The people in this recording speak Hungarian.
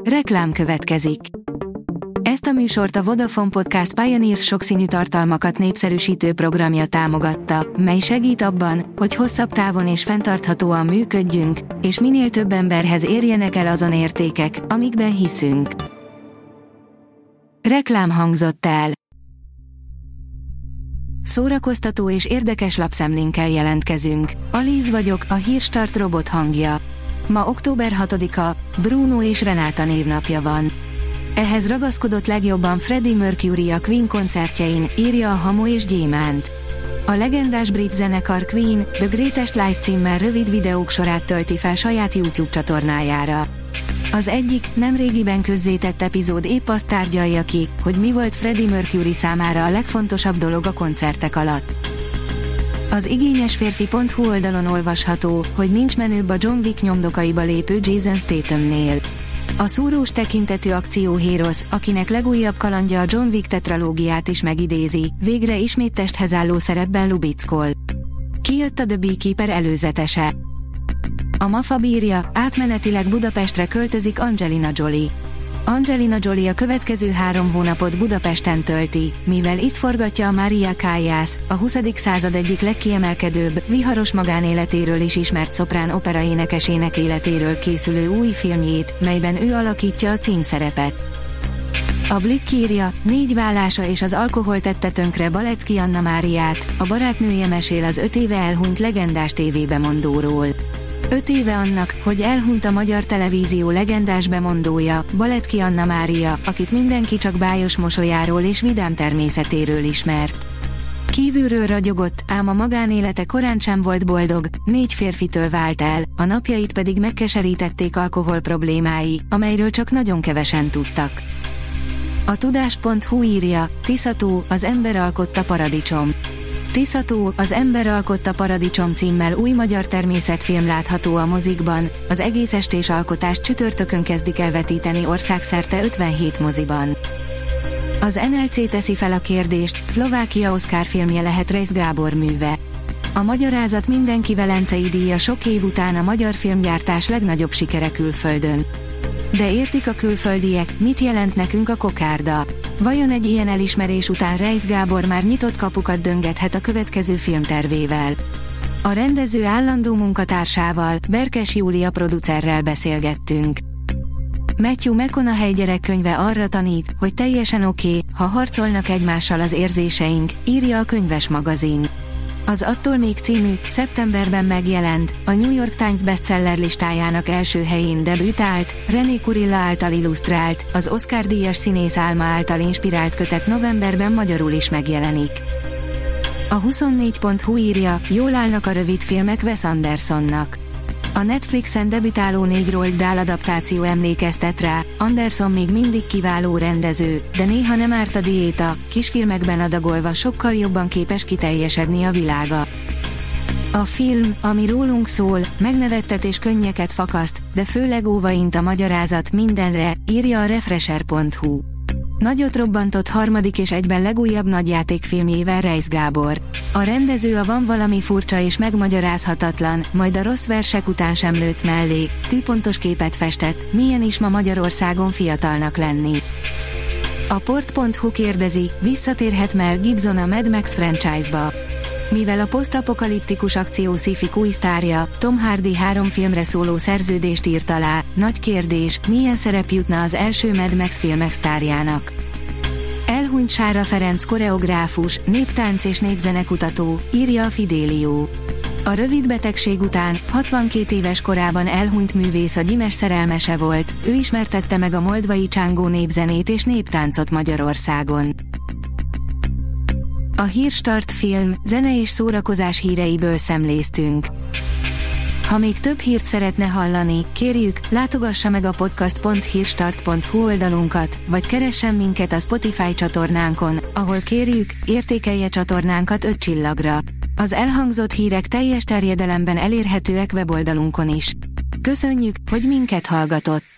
Reklám következik. Ezt a műsort a Vodafone Podcast Pioneers sokszínű tartalmakat népszerűsítő programja támogatta, mely segít abban, hogy hosszabb távon és fenntarthatóan működjünk, és minél több emberhez érjenek el azon értékek, amikben hiszünk. Reklám hangzott el. Szórakoztató és érdekes lapszemlénkkel jelentkezünk. Alíz vagyok, a Hírstart robot hangja. Ma október 6-a, Bruno és Renáta névnapja van. Ehhez ragaszkodott legjobban Freddie Mercury a Queen koncertjein, írja a Hamu és Gyémánt. A legendás brit zenekar Queen The Greatest Live címmel rövid videók sorát tölti fel saját YouTube csatornájára. Az egyik, nemrégiben közzétett epizód épp azt tárgyalja ki, hogy mi volt Freddie Mercury számára a legfontosabb dolog a koncertek alatt. Az igényesférfi.hu oldalon olvasható, hogy nincs menőbb a John Wick nyomdokaiba lépő Jason Stathamnél. A szúrós tekintetű akcióhérosz, akinek legújabb kalandja a John Wick tetralógiát is megidézi, végre ismét testhez álló szerepben lubickol. Kijött a The Beekeeper előzetese. A MAFA bírja, átmenetileg Budapestre költözik Angelina Jolie. Angelina Jolie a következő 3 hónapot Budapesten tölti, mivel itt forgatja a Maria Callas, a 20. század egyik legkiemelkedőbb, viharos magánéletéről is ismert szoprán operaénekesének életéről készülő új filmjét, melyben ő alakítja a címszerepet. A Blick írja, 4 válása és az alkohol tette tönkre Balecki Anna Máriát, a barátnője mesél az 5 éve elhunyt legendás tévébemondóról. 5 éve annak, hogy elhunyt a magyar televízió legendás bemondója, Balecki Anna Mária, akit mindenki csak bájos mosolyáról és vidám természetéről ismert. Kívülről ragyogott, ám a magánélete korán sem volt boldog, 4 férfitől vált el, a napjait pedig megkeserítették alkohol problémái, amelyről csak nagyon kevesen tudtak. A tudás.hu írja, Tisza-tó, az ember alkotta paradicsom. Tisza-tó, az ember alkotta paradicsom címmel új magyar természetfilm látható a mozikban, az egész estés alkotást csütörtökön kezdik el vetíteni országszerte 57 moziban. Az NLC teszi fel a kérdést, Szlovákia Oscar filmje lehet Reisz Gábor műve. A magyarázat mindenki Velencei díja sok év után a magyar filmgyártás legnagyobb sikere külföldön. De értik a külföldiek, mit jelent nekünk a kokárda? Vajon egy ilyen elismerés után Reisz Gábor már nyitott kapukat döngethet a következő filmtervével? A rendező állandó munkatársával, Berkes Júlia producerrel beszélgettünk. Matthew McConaughey gyerekkönyve arra tanít, hogy teljesen oké, ha harcolnak egymással az érzéseink, írja a Könyves magazin. Az Attól még című, szeptemberben megjelent, a New York Times bestseller listájának első helyén debütált, René Kurilla által illusztrált, az Oscar-díjas színész álma által inspirált kötet novemberben magyarul is megjelenik. A 24.hu írja, jól állnak a rövidfilmek Wes Andersonnak. A Netflixen debütáló 4 Roald Dahl adaptáció emlékeztet rá, Anderson még mindig kiváló rendező, de néha nem árt a diéta, kisfilmekben adagolva sokkal jobban képes kiteljesedni a világa. A film, ami rólunk szól, megnevettet és könnyeket fakaszt, de főleg óvaint a magyarázat mindenre, írja a Refresher.hu. Nagyot robbantott harmadik és egyben legújabb nagyjátékfilmjével Reisz Gábor. A rendező a van valami furcsa és megmagyarázhatatlan, majd a rossz versek után sem lőtt mellé, tűpontos képet festett, milyen is ma Magyarországon fiatalnak lenni. A port.hu kérdezi, visszatérhet Mel Gibson a Mad Max franchise-ba. Mivel a posztapokaliptikus akció sci-fi új sztárja, Tom Hardy 3 filmre szóló szerződést írt alá, nagy kérdés, milyen szerep jutna az első Mad Max filmek sztárjának. Elhunyt Sára Ferenc koreográfus, néptánc és népzenekutató, írja a Fidelio. A rövid betegség után, 62 éves korában elhunyt művész a Gyimes szerelmese volt, ő ismertette meg a moldvai csángó népzenét és néptáncot Magyarországon. A Hírstart film, zene és szórakozás híreiből szemléztünk. Ha még több hírt szeretne hallani, kérjük, látogassa meg a podcast.hírstart.hu oldalunkat, vagy keressen minket a Spotify csatornánkon, ahol kérjük, értékelje csatornánkat 5 csillagra. Az elhangzott hírek teljes terjedelemben elérhetőek weboldalunkon is. Köszönjük, hogy minket hallgatott!